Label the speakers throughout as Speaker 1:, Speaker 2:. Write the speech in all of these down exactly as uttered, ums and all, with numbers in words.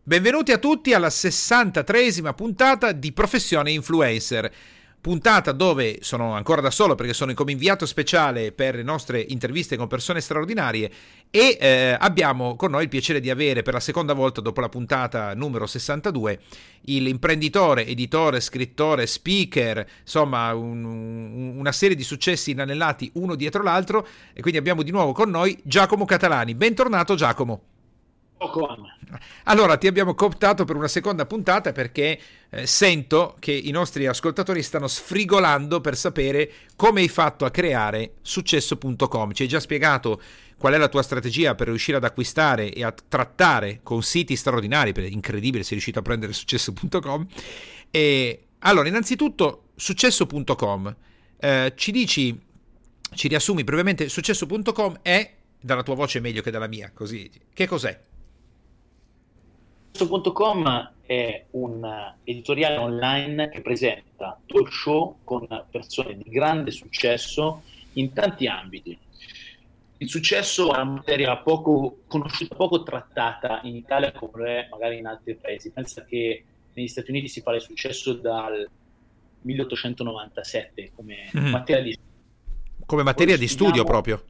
Speaker 1: Benvenuti a tutti alla sessantatreesima puntata di Professione Influencer, puntata dove sono ancora da solo perché sono come inviato speciale per le nostre interviste con persone straordinarie e eh, abbiamo con noi il piacere di avere per la seconda volta dopo la puntata numero sessantadue il imprenditore, editore, scrittore, speaker, insomma un, un, una serie di successi inanellati uno dietro l'altro, e quindi abbiamo di nuovo con noi Giacomo Catalani. Bentornato Giacomo. Allora, ti abbiamo cooptato per una seconda puntata perché eh, sento che i nostri ascoltatori stanno sfrigolando per sapere come hai fatto a creare successo punto com. Ci hai già spiegato qual è la tua strategia per riuscire ad acquistare e a trattare con siti straordinari, perché è incredibile, sei riuscito a prendere successo punto com. E allora, innanzitutto, successo punto com, eh, ci dici, ci riassumi brevemente. Successo punto com è, dalla tua voce meglio che dalla mia, così, che cos'è?
Speaker 2: Successo punto com è un editoriale online che presenta talk show con persone di grande successo in tanti ambiti. Il successo è una materia poco conosciuta, poco trattata in Italia come magari in altri paesi. Pensa che negli Stati Uniti si parla di successo dal milleottocentonovantasette come mm. materia di
Speaker 1: come materia di studio proprio.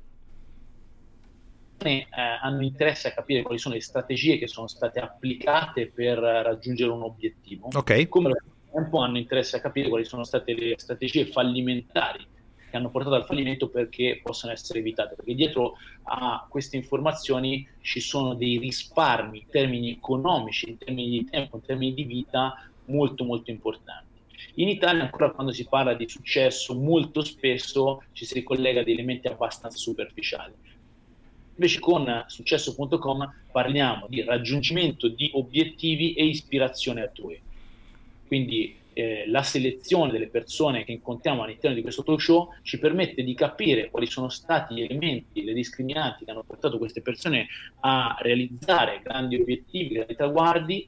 Speaker 2: Eh, hanno interesse a capire quali sono le strategie che sono state applicate per raggiungere un obiettivo,
Speaker 1: okay.
Speaker 2: Come allo stesso tempo hanno interesse a capire quali sono state le strategie fallimentari che hanno portato al fallimento perché possono essere evitate, perché dietro a queste informazioni ci sono dei risparmi in termini economici, in termini di tempo, in termini di vita molto molto importanti. In Italia ancora quando si parla di successo molto spesso ci si ricollega a dei elementi abbastanza superficiali. Invece con successo punto com parliamo di raggiungimento di obiettivi e ispirazione altrui. Quindi eh, la selezione delle persone che incontriamo all'interno di questo talk show ci permette di capire quali sono stati gli elementi, le discriminanti che hanno portato queste persone a realizzare grandi obiettivi, grandi traguardi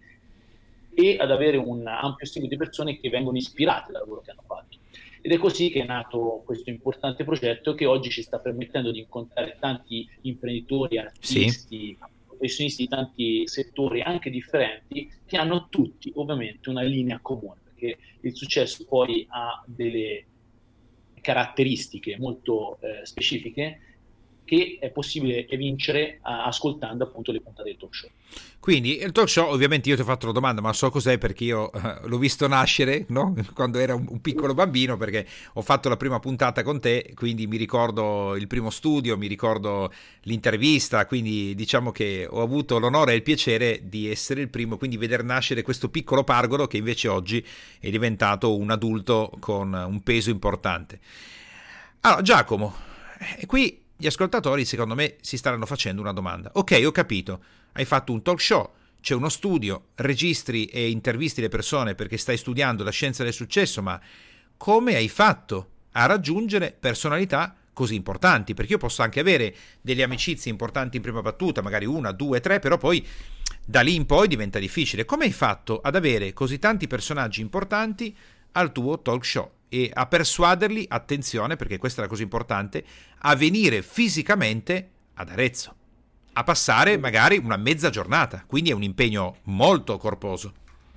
Speaker 2: e ad avere un ampio seguito di persone che vengono ispirate dal lavoro che hanno fatto. Ed è così che è nato questo importante progetto che oggi ci sta permettendo di incontrare tanti imprenditori, artisti, sì. professionisti di tanti settori anche differenti, che hanno tutti ovviamente una linea comune, perché il successo poi ha delle caratteristiche molto eh, specifiche che è possibile vincere ascoltando appunto le puntate del talk show.
Speaker 1: Quindi il talk show, ovviamente io ti ho fatto la domanda, ma so cos'è perché io uh, l'ho visto nascere, no? Quando era un, un piccolo bambino, perché ho fatto la prima puntata con te, quindi mi ricordo il primo studio, mi ricordo l'intervista, quindi diciamo che ho avuto l'onore e il piacere di essere il primo, quindi veder nascere questo piccolo pargolo che invece oggi è diventato un adulto con un peso importante. Allora Giacomo, e qui gli ascoltatori secondo me si staranno facendo una domanda. Ok, ho capito, hai fatto un talk show, c'è uno studio, registri e intervisti le persone perché stai studiando la scienza del successo, ma come hai fatto a raggiungere personalità così importanti? Perché io posso anche avere delle amicizie importanti in prima battuta, magari una, due, tre, però poi da lì in poi diventa difficile. Come hai fatto ad avere così tanti personaggi importanti al tuo talk show e a persuaderli, attenzione perché questa è la cosa importante, a venire fisicamente ad Arezzo, a passare magari una mezza giornata, quindi è un impegno molto corposo.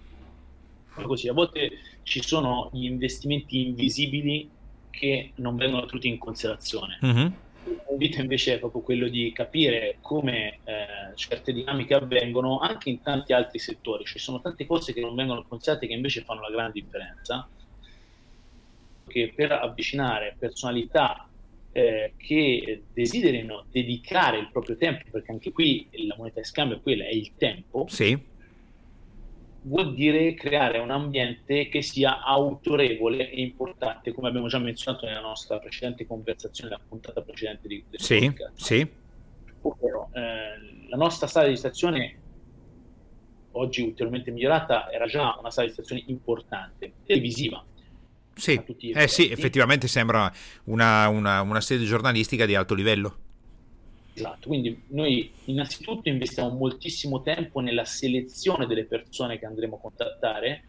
Speaker 2: Così, a volte ci sono gli investimenti invisibili che non vengono tenuti in considerazione. Mm-hmm. L'invito invece è proprio quello di capire come eh, certe dinamiche avvengono anche in tanti altri settori. Ci sono tante cose che non vengono considerate che invece fanno la grande differenza, che per avvicinare personalità eh, che desiderino dedicare il proprio tempo, perché anche qui la moneta di scambio è quella, è il tempo,
Speaker 1: sì.
Speaker 2: Vuol dire creare un ambiente che sia autorevole e importante, come abbiamo già menzionato nella nostra precedente conversazione, la puntata precedente di, del
Speaker 1: sì,
Speaker 2: podcast.
Speaker 1: Sì.
Speaker 2: Ovvero, eh, la nostra sala di stazione, oggi ulteriormente migliorata, era già una sala di stazione importante, televisiva.
Speaker 1: Sì, eh sì, effettivamente sembra una, una, una sede giornalistica di alto livello.
Speaker 2: Esatto, quindi noi innanzitutto investiamo moltissimo tempo nella selezione delle persone che andremo a contattare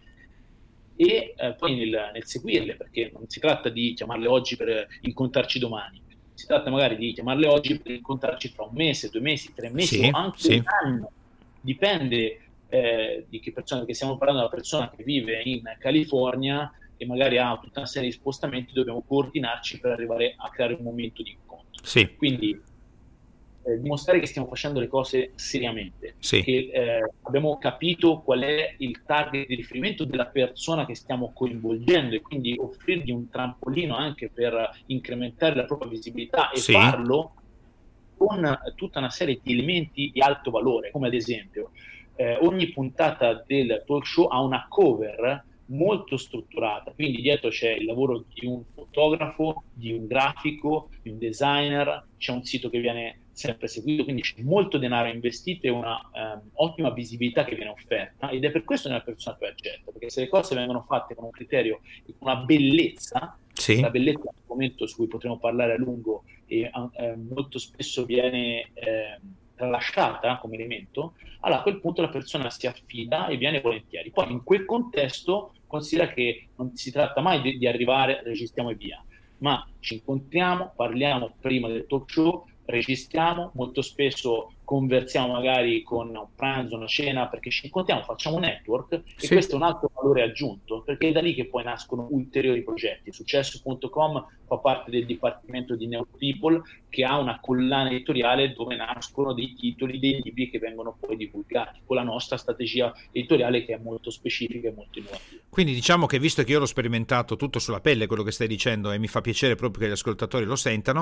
Speaker 2: e eh, poi nel, nel seguirle, perché non si tratta di chiamarle oggi per incontrarci domani, si tratta magari di chiamarle oggi per incontrarci fra un mese, due mesi, tre mesi
Speaker 1: sì,
Speaker 2: o anche
Speaker 1: sì.
Speaker 2: un anno, dipende eh, di che persona, che stiamo parlando della persona che vive in California e magari ha tutta una serie di spostamenti, dobbiamo coordinarci per arrivare a creare un momento di incontro.
Speaker 1: Sì.
Speaker 2: Quindi eh, dimostrare che stiamo facendo le cose seriamente,
Speaker 1: sì.
Speaker 2: che eh, abbiamo capito qual è il target di riferimento della persona che stiamo coinvolgendo e quindi offrirgli un trampolino anche per incrementare la propria visibilità e
Speaker 1: sì.
Speaker 2: farlo con tutta una serie di elementi di alto valore, come ad esempio eh, ogni puntata del talk show ha una cover molto strutturata, quindi dietro c'è il lavoro di un fotografo, di un grafico, di un designer, c'è un sito che viene sempre seguito, quindi c'è molto denaro investito e una um, ottima visibilità che viene offerta, ed è per questo che una persona poi accetta, perché se le cose vengono fatte con un criterio e con una bellezza,
Speaker 1: sì.
Speaker 2: la bellezza è un momento su cui potremo parlare a lungo e eh, molto spesso viene eh, tralasciata come elemento, allora a quel punto la persona si affida e viene volentieri. Poi in quel contesto considera che non si tratta mai di, di arrivare, registriamo e via, ma ci incontriamo, parliamo prima del talk show, registriamo, molto spesso conversiamo magari con un pranzo, una cena, perché ci incontriamo, facciamo un network
Speaker 1: sì.
Speaker 2: e questo è un altro valore aggiunto, perché è da lì che poi nascono ulteriori progetti. Successo punto com fa parte del dipartimento di Neuropeople, che ha una collana editoriale dove nascono dei titoli, dei libri che vengono poi divulgati, con la nostra strategia editoriale che è molto specifica e molto innovativa.
Speaker 1: Quindi diciamo che, visto che io l'ho sperimentato tutto sulla pelle quello che stai dicendo e mi fa piacere proprio che gli ascoltatori lo sentano,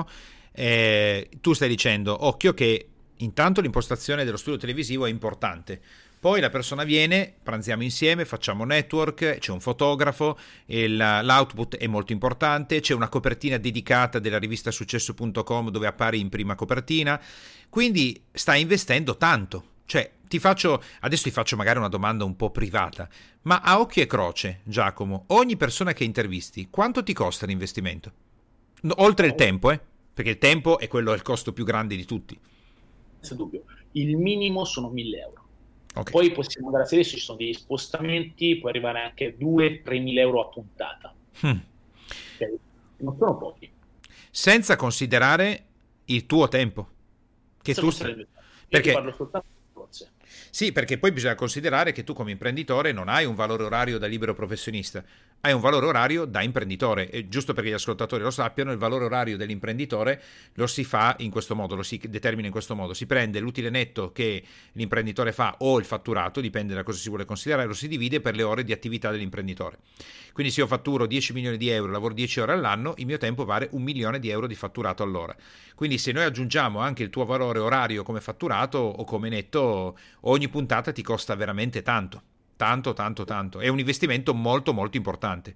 Speaker 1: eh, tu stai dicendo, occhio che intanto l'impostazione dello studio televisivo è importante, poi la persona viene, pranziamo insieme, facciamo network, c'è un fotografo, il, l'output è molto importante, c'è una copertina dedicata della rivista successo punto com dove appari in prima copertina, quindi stai investendo tanto. Cioè, ti faccio, adesso ti faccio magari una domanda un po' privata, ma a occhio e croce, Giacomo, ogni persona che intervisti, quanto ti costa l'investimento? No, oltre il tempo, eh? Perché il tempo è quello, è il costo più grande di tutti.
Speaker 2: Senza dubbio. Il minimo sono mille euro.
Speaker 1: Okay.
Speaker 2: Poi possiamo andare a vedere se ci sono degli spostamenti, può arrivare anche a due tre mila euro a puntata. Hmm. Okay. Non sono pochi.
Speaker 1: Senza considerare il tuo tempo. Che tu stai...
Speaker 2: Perché parlo soltanto di forze.
Speaker 1: Sì, perché poi bisogna considerare che tu come imprenditore non hai un valore orario da libero professionista, hai un valore orario da imprenditore, e giusto perché gli ascoltatori lo sappiano, il valore orario dell'imprenditore lo si fa in questo modo, lo si determina in questo modo, si prende l'utile netto che l'imprenditore fa o il fatturato, dipende da cosa si vuole considerare, lo si divide per le ore di attività dell'imprenditore. Quindi se io fatturo dieci milioni di euro, lavoro dieci ore all'anno, il mio tempo vale un milione di euro di fatturato all'ora. Quindi se noi aggiungiamo anche il tuo valore orario come fatturato o come netto, ogni puntata ti costa veramente tanto, tanto, tanto, tanto. È un investimento molto, molto importante.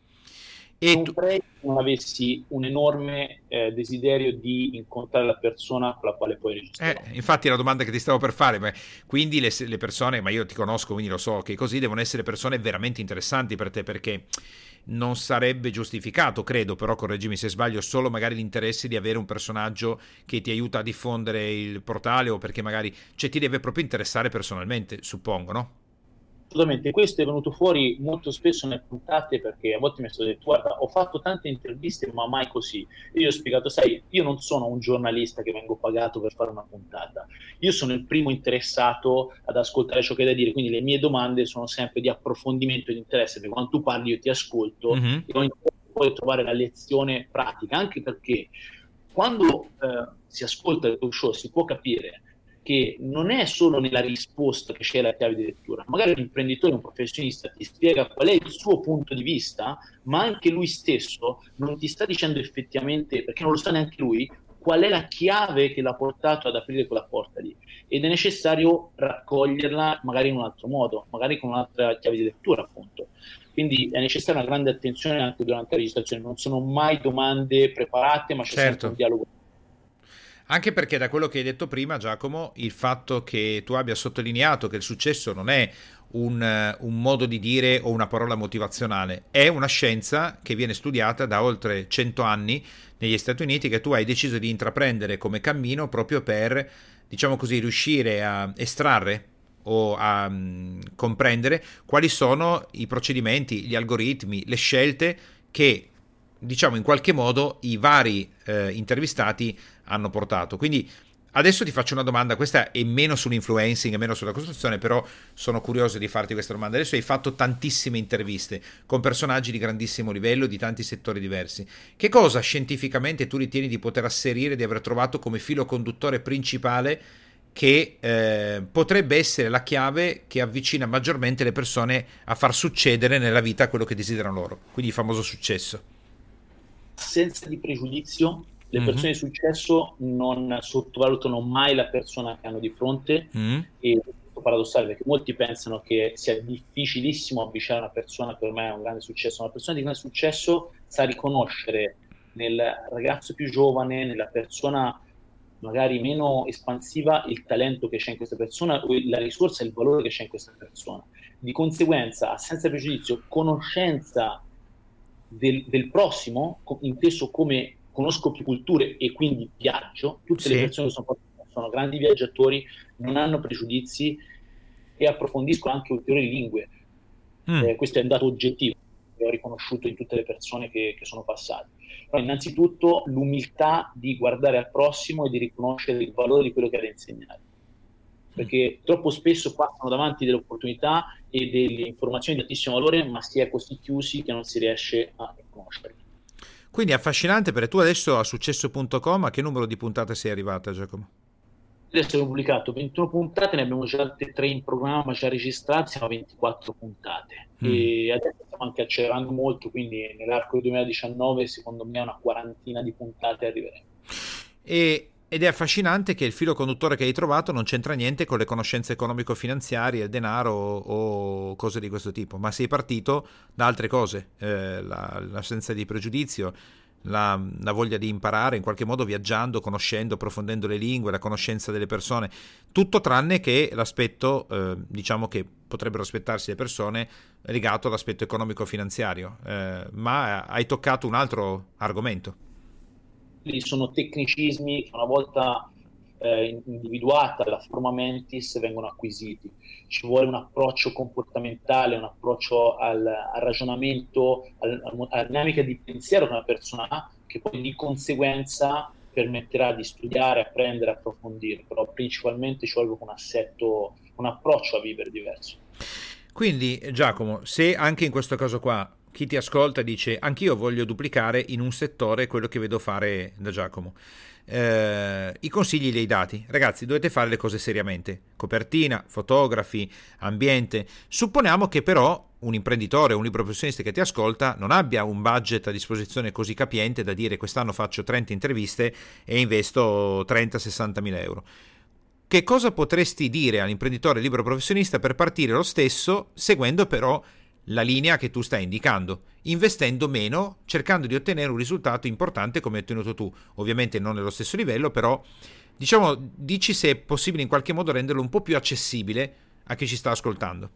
Speaker 2: E non tu... vorrei che non avessi un enorme eh, desiderio di incontrare la persona con la quale poi registrerò.
Speaker 1: Eh, infatti è la domanda che ti stavo per fare, ma quindi le, le persone, ma io ti conosco, quindi lo so che così devono essere persone veramente interessanti per te, perché non sarebbe giustificato, credo, però correggimi se sbaglio, solo magari l'interesse di avere un personaggio che ti aiuta a diffondere il portale, o perché magari, cioè ti deve proprio interessare personalmente, suppongo, no?
Speaker 2: Assolutamente, questo è venuto fuori molto spesso nelle puntate, perché a volte mi sono detto, guarda, ho fatto tante interviste ma mai così. E io ho spiegato, sai, io non sono un giornalista che vengo pagato per fare una puntata, io sono il primo interessato ad ascoltare ciò che hai da dire, quindi le mie domande sono sempre di approfondimento e di interesse, perché quando tu parli io ti ascolto, mm-hmm. e ogni volta puoi trovare la lezione pratica, anche perché quando eh, si ascolta il tuo show si può capire che non è solo nella risposta che c'è la chiave di lettura, magari un imprenditore, un professionista ti spiega qual è il suo punto di vista, ma anche lui stesso non ti sta dicendo effettivamente, perché non lo sa neanche lui, qual è la chiave che l'ha portato ad aprire quella porta lì, ed è necessario raccoglierla magari in un altro modo, magari con un'altra chiave di lettura, appunto. Quindi è necessaria una grande attenzione anche durante la registrazione, non sono mai domande preparate, ma c'è certo. sempre un dialogo.
Speaker 1: Anche perché, da quello che hai detto prima, Giacomo, il fatto che tu abbia sottolineato che il successo non è un, un modo di dire o una parola motivazionale, è una scienza che viene studiata da oltre cento anni negli Stati Uniti, che tu hai deciso di intraprendere come cammino proprio per, diciamo così, riuscire a estrarre o a um, comprendere quali sono i procedimenti, gli algoritmi, le scelte che, diciamo, in qualche modo i vari eh, intervistati hanno portato. Quindi Adesso ti faccio una domanda, questa è meno sull'influencing e meno sulla costruzione, però sono curioso di farti questa domanda. Adesso hai fatto tantissime interviste con personaggi di grandissimo livello, di tanti settori diversi. Che cosa scientificamente tu ritieni di poter asserire di aver trovato come filo conduttore principale che eh, potrebbe essere la chiave che avvicina maggiormente le persone a far succedere nella vita quello che desiderano loro? Quindi il famoso successo.
Speaker 2: Senza di pregiudizio. Le
Speaker 1: Mm-hmm.
Speaker 2: persone di successo non sottovalutano mai la persona che hanno di fronte,
Speaker 1: Mm-hmm.
Speaker 2: e è paradossale perché molti pensano che sia difficilissimo avvicinare una persona che ormai ha un grande successo. Una persona di grande successo sa riconoscere nel ragazzo più giovane, nella persona magari meno espansiva, il talento che c'è in questa persona, la risorsa e il valore che c'è in questa persona. Di conseguenza, senza pregiudizio, conoscenza del, del prossimo, inteso come conosco più culture e quindi viaggio. Tutte sì. Le persone che sono, sono grandi viaggiatori, non hanno pregiudizi e approfondiscono anche ulteriori lingue. Mm. Eh, questo è un dato oggettivo che ho riconosciuto in tutte le persone che, che sono passate. Però innanzitutto l'umiltà di guardare al prossimo e di riconoscere il valore di quello che ha da insegnare. Perché troppo spesso passano davanti delle opportunità e delle informazioni di altissimo valore, ma si è così chiusi che non si riesce a riconoscerli.
Speaker 1: Quindi è affascinante, perché tu adesso a successo punto com a che numero di puntate sei arrivata, Giacomo?
Speaker 2: Adesso abbiamo pubblicato ventuno puntate, ne abbiamo già tre in programma, già registrate, siamo a ventiquattro puntate. Mm. E adesso stiamo anche accelerando molto, quindi nell'arco del duemiladiciannove secondo me una quarantina di puntate arriveremo.
Speaker 1: E... Ed è affascinante che il filo conduttore che hai trovato non c'entra niente con le conoscenze economico-finanziarie, il denaro o, o cose di questo tipo, ma sei partito da altre cose, eh, la, l'assenza di pregiudizio, la, la voglia di imparare in qualche modo viaggiando, conoscendo, approfondendo le lingue, la conoscenza delle persone, tutto tranne che l'aspetto, eh, diciamo che potrebbero aspettarsi le persone, legato all'aspetto economico-finanziario, eh, ma hai toccato un altro argomento.
Speaker 2: Sono tecnicismi che una volta eh, individuata la forma mentis vengono acquisiti. Ci vuole un approccio comportamentale, un approccio al, al ragionamento, al, alla dinamica di pensiero che una persona ha, che poi di conseguenza permetterà di studiare, apprendere, approfondire, però principalmente ci vuole un assetto, un approccio a vivere diverso.
Speaker 1: Quindi Giacomo, se anche in questo caso qua chi ti ascolta dice anch'io voglio duplicare in un settore quello che vedo fare da Giacomo, eh, i consigli li hai dati. Ragazzi, dovete fare le cose seriamente, copertina, fotografi, ambiente. Supponiamo che però un imprenditore, un libero professionista che ti ascolta non abbia un budget a disposizione così capiente da dire quest'anno faccio trenta interviste e investo trenta sessanta mila euro. Che cosa potresti dire all'imprenditore libero professionista per partire lo stesso, seguendo però la linea che tu stai indicando, investendo meno, cercando di ottenere un risultato importante come hai ottenuto tu, ovviamente non nello stesso livello, però diciamo, dici se è possibile in qualche modo renderlo un po' più accessibile a chi ci sta ascoltando.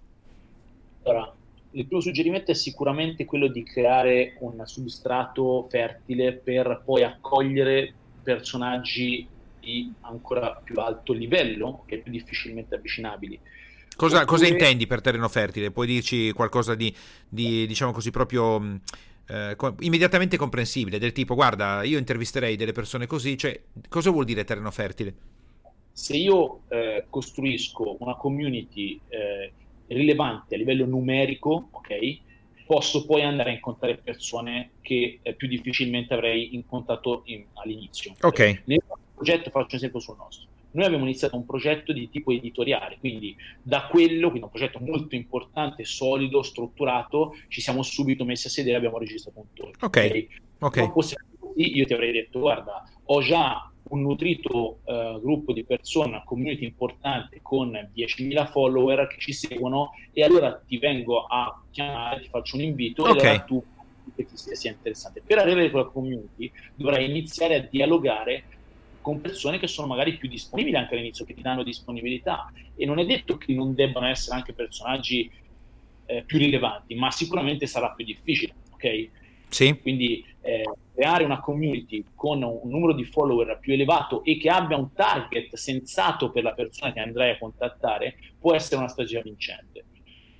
Speaker 2: Allora, il primo suggerimento è sicuramente quello di creare un substrato fertile per poi accogliere personaggi di ancora più alto livello, che più difficilmente avvicinabili.
Speaker 1: Cosa, Oppure... cosa intendi per terreno fertile? Puoi dirci qualcosa di, di diciamo così, proprio eh, immediatamente comprensibile, del tipo, guarda, io intervisterei delle persone così, cioè, cosa vuol dire terreno fertile?
Speaker 2: Se io eh, costruisco una community eh, rilevante a livello numerico, ok, posso poi andare a incontrare persone che eh, più difficilmente avrei incontrato in, all'inizio.
Speaker 1: Ok.
Speaker 2: Nel progetto, faccio un esempio sul nostro. Noi abbiamo iniziato un progetto di tipo editoriale, quindi da quello, quindi un progetto molto importante, solido, strutturato, ci siamo subito messi a sedere e abbiamo registrato un talk.
Speaker 1: Ok, ok. okay.
Speaker 2: Non possiamo così, io ti avrei detto, guarda, ho già un nutrito uh, gruppo di persone, una community importante con diecimila follower che ci seguono e allora ti vengo a chiamare, ti faccio un invito okay. e allora tu che ti sia, sia interessante. Per arrivare a quella community dovrai iniziare a dialogare con persone che sono magari più disponibili anche all'inizio, che ti danno disponibilità, e non è detto che non debbano essere anche personaggi eh, più rilevanti, ma sicuramente sarà più difficile, ok?
Speaker 1: Sì.
Speaker 2: Quindi eh, creare una community con un numero di follower più elevato e che abbia un target sensato per la persona che andrai a contattare può essere una strategia vincente.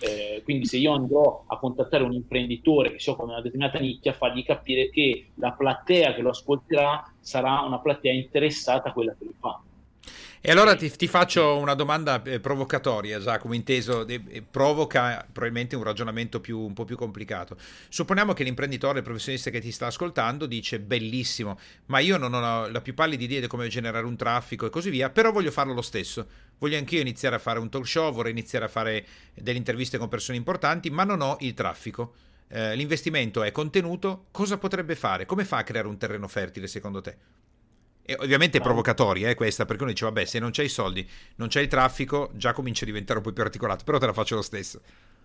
Speaker 2: Eh, quindi se io andrò a contattare un imprenditore che si occupa di una determinata nicchia, fargli capire che la platea che lo ascolterà sarà una platea interessata a quella che lui fa.
Speaker 1: E allora ti, ti faccio una domanda eh, provocatoria, Giacomo, inteso, eh, provoca probabilmente un ragionamento più, un po' più complicato. Supponiamo che l'imprenditore, il professionista che ti sta ascoltando dice bellissimo, ma io non ho la più pallida idea di come generare un traffico e così via, però voglio farlo lo stesso. Voglio anch'io iniziare a fare un talk show, vorrei iniziare a fare delle interviste con persone importanti, ma non ho il traffico. Eh, l'investimento è contenuto, cosa potrebbe fare? Come fa a creare un terreno fertile secondo te? E ovviamente è provocatoria eh, questa, perché uno dice vabbè, se non c'hai i soldi, non c'hai il traffico, già comincia a diventare un po' più articolato, però te la faccio lo stesso.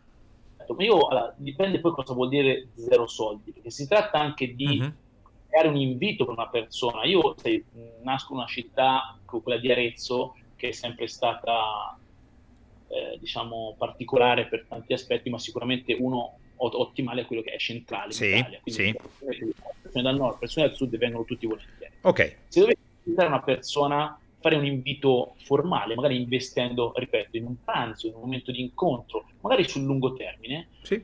Speaker 2: Ma io, allora, dipende poi cosa vuol dire zero soldi, perché si tratta anche di
Speaker 1: Mm-hmm.
Speaker 2: creare un invito per una persona. Io se, nasco in una città, quella di Arezzo, che è sempre stata eh, diciamo particolare per tanti aspetti, ma sicuramente uno ottimale è quello che è centrale in
Speaker 1: Sì,
Speaker 2: Italia. Quindi
Speaker 1: sì.
Speaker 2: persone dal nord, persone dal sud vengono tutti volentieri.
Speaker 1: Ok.
Speaker 2: Se dovessi invitare una persona, fare un invito formale, magari investendo, ripeto, in un pranzo, in un momento di incontro, magari sul lungo termine,
Speaker 1: Sì.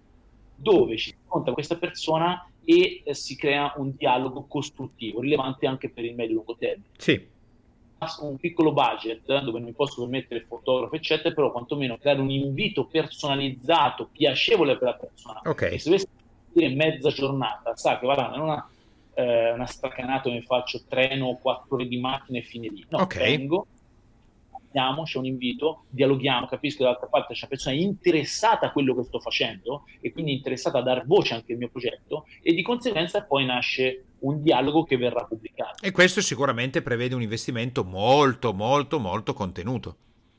Speaker 2: dove ci si incontra questa persona e eh, si crea un dialogo costruttivo, rilevante anche per il medio-lungo termine.
Speaker 1: Sì.
Speaker 2: Un piccolo budget dove non mi posso permettere il fotografo eccetera, però quantomeno creare un invito personalizzato, piacevole per la persona.
Speaker 1: Ok.
Speaker 2: E se dovessi dire mezza giornata, sa che va, non una, eh, una stracanata dove faccio treno o quattro ore di macchina e fine lì. No,
Speaker 1: Ok.
Speaker 2: vengo, andiamo, c'è un invito, dialoghiamo, capisco che dall'altra parte c'è una persona interessata a quello che sto facendo e quindi interessata a dar voce anche al mio progetto, e di conseguenza poi nasce un dialogo che verrà pubblicato.
Speaker 1: E questo sicuramente prevede un investimento molto, molto, molto contenuto.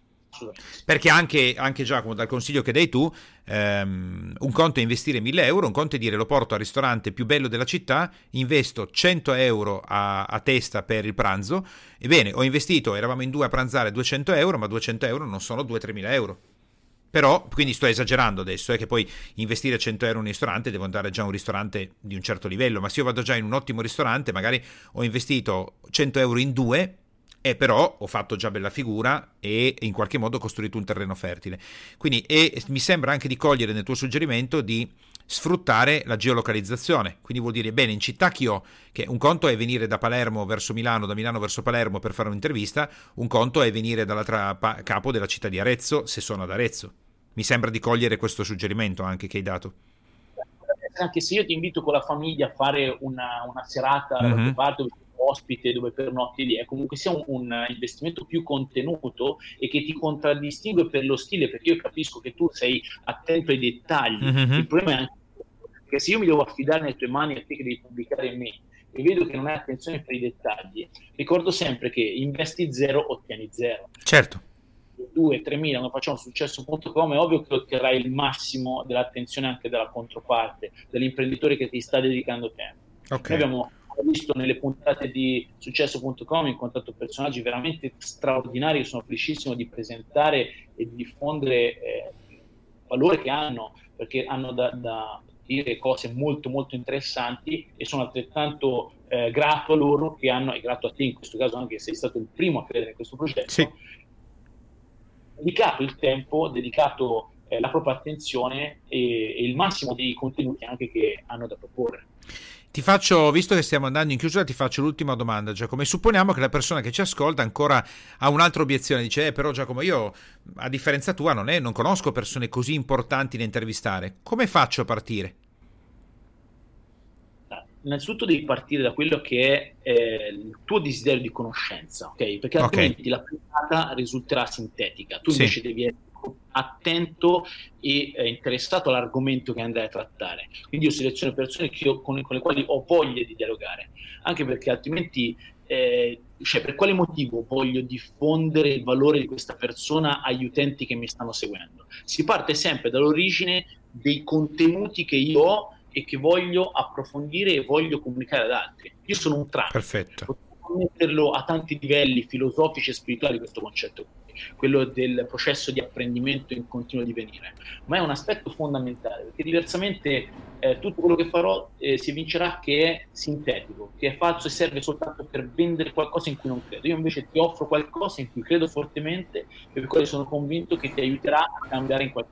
Speaker 1: Perché anche, anche Giacomo, dal consiglio che dai tu, ehm, un conto è investire mille euro, un conto è dire lo porto al ristorante più bello della città, investo cento euro a, a testa per il pranzo, ebbene ho investito, eravamo in due a pranzare duecento euro, ma duecento euro non sono due tre mila euro. Però, quindi sto esagerando adesso, è eh, che poi investire cento euro in un ristorante, devo andare già a un ristorante di un certo livello, ma se io vado già in un ottimo ristorante, magari ho investito cento euro in due, e però ho fatto già bella figura e in qualche modo ho costruito un terreno fertile. Quindi e mi sembra anche di cogliere nel tuo suggerimento di sfruttare la geolocalizzazione, quindi vuol dire bene in città che ho, che un conto è venire da Palermo verso Milano, da Milano verso Palermo per fare un'intervista, un conto è venire dall'altra pa- capo della città di Arezzo se sono ad Arezzo. Mi sembra di cogliere questo suggerimento anche che hai dato.
Speaker 2: Anche se io ti invito con la famiglia a fare una, una serata da
Speaker 1: Mhm.
Speaker 2: qualche parte, dove ospite, dove pernotti lì, è comunque sia un, un investimento più contenuto e che ti contraddistingue per lo stile, perché io capisco che tu sei attento ai dettagli.
Speaker 1: Mhm.
Speaker 2: Il problema è anche che se io mi devo affidare nelle tue mani a te che devi pubblicare in me e vedo che non hai attenzione per i dettagli, ricordo sempre che investi zero, ottieni zero.
Speaker 1: Certo.
Speaker 2: due tre mila, come facciamo successo punto com, è ovvio che otterrai il massimo dell'attenzione anche dalla controparte, dell'imprenditore che ti sta dedicando tempo.
Speaker 1: Okay.
Speaker 2: Noi abbiamo visto nelle puntate di successo punto com incontrato personaggi veramente straordinari che sono felicissimo di presentare e di diffondere eh, il valore che hanno, perché hanno da, da dire cose molto molto interessanti, e sono altrettanto eh, grato a loro che hanno, e grato a te in questo caso anche se sei stato il primo a credere in questo progetto,
Speaker 1: sì.
Speaker 2: dedicato il tempo, dedicato eh, la propria attenzione e, e il massimo dei contenuti anche che hanno da proporre.
Speaker 1: Ti faccio, visto che stiamo andando in chiusura, ti faccio l'ultima domanda, Giacomo. Supponiamo che la persona che ci ascolta ancora ha un'altra obiezione, dice, eh, però Giacomo, io a differenza tua non, è, non conosco persone così importanti da intervistare. Come faccio a partire?
Speaker 2: Innanzitutto devi partire da quello che è eh, il tuo desiderio di conoscenza, ok? Perché altrimenti okay. la puntata risulterà sintetica. Tu invece sì. devi essere attento e eh, interessato all'argomento che andrai a trattare. Quindi io seleziono persone che io, con, con le quali ho voglia di dialogare, anche perché altrimenti eh, cioè per quale motivo voglio diffondere il valore di questa persona agli utenti che mi stanno seguendo? Si parte sempre dall'origine dei contenuti che io ho e che voglio approfondire e voglio comunicare ad altri. Io sono un tramite.
Speaker 1: Perfetto.
Speaker 2: Posso metterlo a tanti livelli filosofici e spirituali questo concetto, quello del processo di apprendimento in continuo divenire, ma è un aspetto fondamentale, perché diversamente eh, tutto quello che farò eh, si evincerà che è sintetico, che è falso e serve soltanto per vendere qualcosa in cui non credo. Io invece ti offro qualcosa in cui credo fortemente e per cui sono convinto che ti aiuterà a cambiare in qualche modo.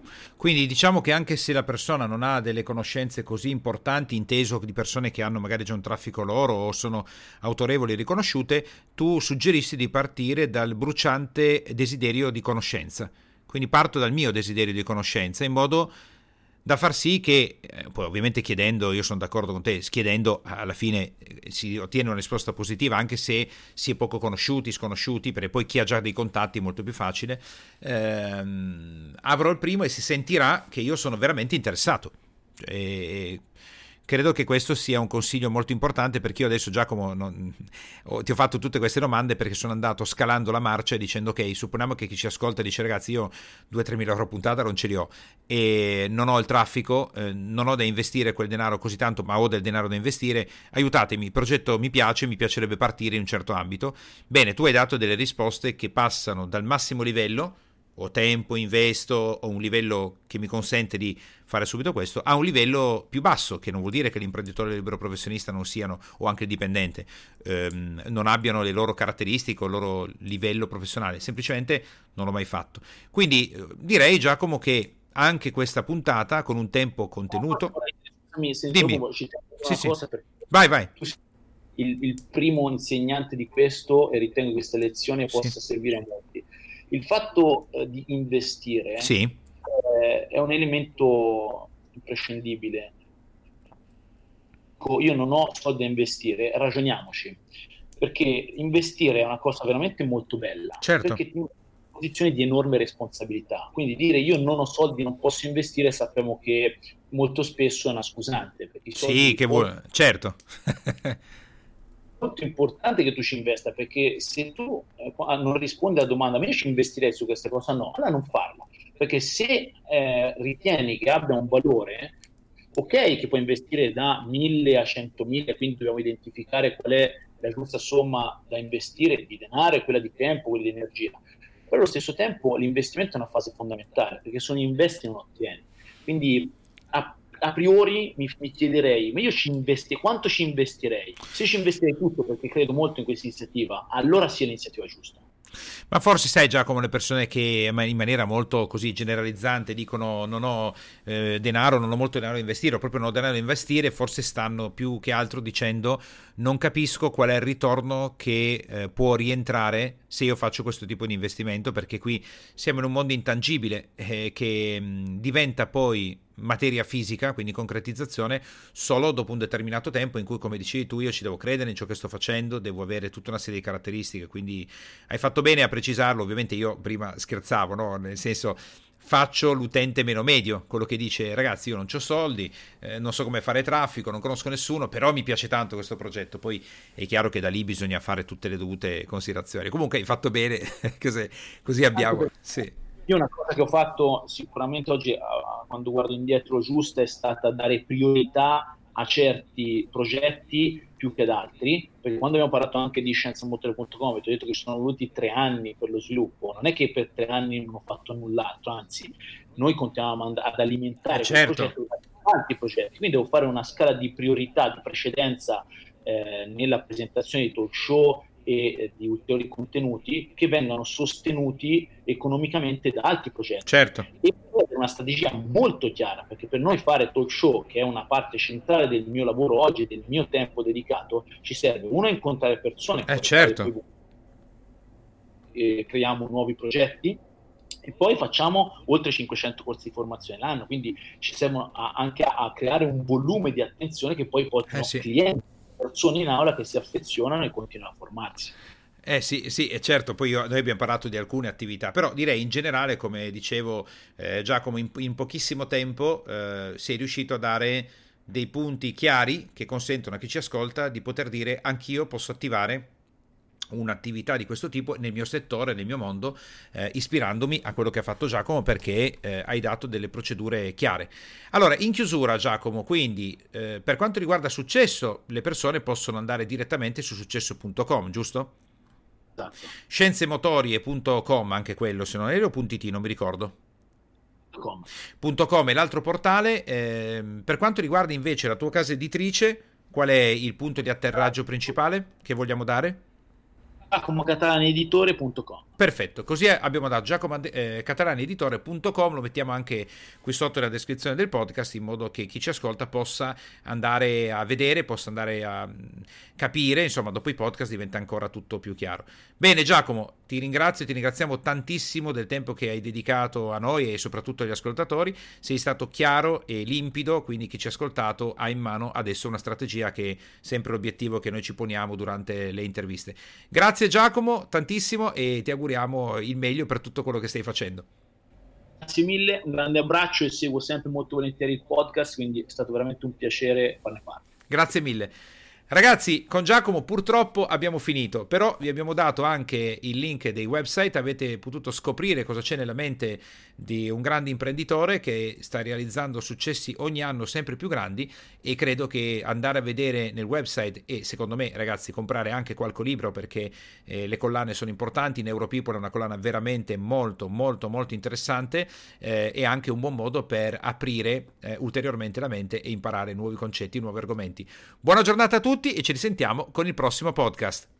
Speaker 1: Quindi diciamo che anche se la persona non ha delle conoscenze così importanti, inteso di persone che hanno magari già un traffico loro o sono autorevoli e riconosciute, tu suggerissi di partire dal bruciante desiderio di conoscenza. Quindi parto dal mio desiderio di conoscenza in modo da far sì che, eh, poi ovviamente chiedendo, io sono d'accordo con te, chiedendo alla fine eh, si ottiene una risposta positiva anche se si è poco conosciuti, sconosciuti, perché poi chi ha già dei contatti è molto più facile, ehm, avrò il primo e si sentirà che io sono veramente interessato. E credo che questo sia un consiglio molto importante, perché io adesso, Giacomo, non, oh, ti ho fatto tutte queste domande perché sono andato scalando la marcia dicendo ok, supponiamo che chi ci ascolta dice ragazzi io due tre mila euro a puntata non ce li ho e non ho il traffico, eh, non ho da investire quel denaro così tanto, ma ho del denaro da investire, aiutatemi, il progetto mi piace, mi piacerebbe partire in un certo ambito. Bene, tu hai dato delle risposte che passano dal massimo livello, ho tempo, investo, ho un livello che mi consente di fare subito questo, a un livello più basso, che non vuol dire che l'imprenditore libero professionista non siano, o anche il dipendente, ehm, non abbiano le loro caratteristiche o il loro livello professionale, semplicemente non l'ho mai fatto. Quindi eh, direi, Giacomo, che anche questa puntata con un tempo contenuto.
Speaker 2: Scusami, se
Speaker 1: Dimmi.
Speaker 2: dopo ci tengo una
Speaker 1: Sì,
Speaker 2: cosa,
Speaker 1: sì.
Speaker 2: perché
Speaker 1: Vai, vai.
Speaker 2: il, il primo insegnante di questo, e ritengo che questa lezione possa
Speaker 1: Sì.
Speaker 2: servire a molti. Il fatto eh, di investire
Speaker 1: Sì.
Speaker 2: eh, è un elemento imprescindibile. Io non ho soldi da investire, ragioniamoci, perché investire è una cosa veramente molto bella,
Speaker 1: Certo.
Speaker 2: perché ti metti in una posizione di enorme responsabilità. Quindi dire io non ho soldi, non posso investire, sappiamo che molto spesso è una scusante. Perché i soldi
Speaker 1: Sì, che vuole, certo.
Speaker 2: molto importante che tu ci investa, perché se tu eh, non rispondi alla domanda ma io ci investirei su questa cosa, no, allora non farla, perché se eh, ritieni che abbia un valore, ok che puoi investire da mille a centomila, quindi dobbiamo identificare qual è la giusta somma da investire di denaro, quella di tempo, quella di energia, però allo stesso tempo l'investimento è una fase fondamentale, perché se non investi non ottieni. Quindi a a priori mi, mi chiederei, ma io ci investi, quanto ci investirei? Se ci investirei tutto, perché credo molto in questa iniziativa, allora sia l'iniziativa giusta.
Speaker 1: Ma forse sai già come le persone che in maniera molto così generalizzante dicono non ho eh, denaro, non ho molto denaro da investire, o proprio non ho denaro da investire, forse stanno più che altro dicendo non capisco qual è il ritorno che eh, può rientrare se io faccio questo tipo di investimento, perché qui siamo in un mondo intangibile eh, che mh, diventa poi materia fisica, quindi concretizzazione, solo dopo un determinato tempo in cui, come dicevi tu, io ci devo credere in ciò che sto facendo, devo avere tutta una serie di caratteristiche, quindi hai fatto bene a precisarlo. Ovviamente io prima scherzavo, no? Nel senso, faccio l'utente meno medio, quello che dice ragazzi io non ho soldi, eh, non so come fare traffico, non conosco nessuno, però mi piace tanto questo progetto. Poi è chiaro che da lì bisogna fare tutte le dovute considerazioni. Comunque hai fatto bene, così, così abbiamo... Sì.
Speaker 2: Io una cosa che ho fatto sicuramente oggi, uh, quando guardo indietro, giusta, è stata dare priorità a certi progetti più che ad altri, perché quando abbiamo parlato anche di scienza motore punto com, ti ho detto che sono voluti tre anni per lo sviluppo, non è che per tre anni non ho fatto null'altro, anzi noi continuiamo ad alimentare
Speaker 1: eh, certo.
Speaker 2: quel progetto con altri progetti, quindi devo fare una scala di priorità, di precedenza eh, nella presentazione di talk show e di ulteriori contenuti che vengano sostenuti economicamente da altri progetti.
Speaker 1: Certo.
Speaker 2: E poi una strategia molto chiara, perché per noi fare talk show, che è una parte centrale del mio lavoro oggi e del mio tempo dedicato, ci serve uno a incontrare persone,
Speaker 1: eh, certo.
Speaker 2: e creiamo nuovi progetti e poi facciamo oltre cinquecento corsi di formazione l'anno, quindi ci servono a, anche a, a creare un volume di attenzione che poi portano
Speaker 1: eh, sì.
Speaker 2: clienti, persone in aula che si affezionano e continuano a formarsi.
Speaker 1: Eh sì, sì, è certo, poi io, noi abbiamo parlato di alcune attività, però direi in generale, come dicevo eh, Giacomo, in, in pochissimo tempo eh, sei riuscito a dare dei punti chiari che consentono a chi ci ascolta di poter dire anch'io posso attivare un'attività di questo tipo nel mio settore, nel mio mondo, eh, ispirandomi a quello che ha fatto Giacomo, perché eh, hai dato delle procedure chiare. Allora, in chiusura Giacomo, quindi eh, per quanto riguarda successo, le persone possono andare direttamente su successo punto com, giusto?
Speaker 2: Esatto.
Speaker 1: scienzemotorie punto com, anche quello, se non ero, .it, non mi ricordo.
Speaker 2: Com.
Speaker 1: .com è l'altro portale. Eh, per quanto riguarda invece la tua casa editrice, qual è il punto di atterraggio principale che vogliamo dare?
Speaker 2: giacomo catalani editore punto com.
Speaker 1: Perfetto, così abbiamo dato giacomo catalani editore punto com, lo mettiamo anche qui sotto nella descrizione del podcast in modo che chi ci ascolta possa andare a vedere, possa andare a capire, insomma dopo i podcast diventa ancora tutto più chiaro. Bene Giacomo, ti ringrazio, ti ringraziamo tantissimo del tempo che hai dedicato a noi e soprattutto agli ascoltatori, sei stato chiaro e limpido, quindi chi ci ha ascoltato ha in mano adesso una strategia che è sempre l'obiettivo che noi ci poniamo durante le interviste. Grazie Giacomo, tantissimo, e ti auguriamo il meglio per tutto quello che stai facendo.
Speaker 2: Grazie mille, un grande abbraccio e seguo sempre molto volentieri il podcast, quindi è stato veramente un piacere farne parte.
Speaker 1: Grazie mille. Ragazzi, con Giacomo purtroppo abbiamo finito, però vi abbiamo dato anche il link dei website, avete potuto scoprire cosa c'è nella mente di un grande imprenditore che sta realizzando successi ogni anno sempre più grandi, e credo che andare a vedere nel website e secondo me ragazzi comprare anche qualche libro, perché eh, le collane sono importanti, Neuropeople è una collana veramente molto molto molto interessante, eh, e anche un buon modo per aprire eh, ulteriormente la mente e imparare nuovi concetti, nuovi argomenti. Buona giornata a tutti e ci risentiamo con il prossimo podcast.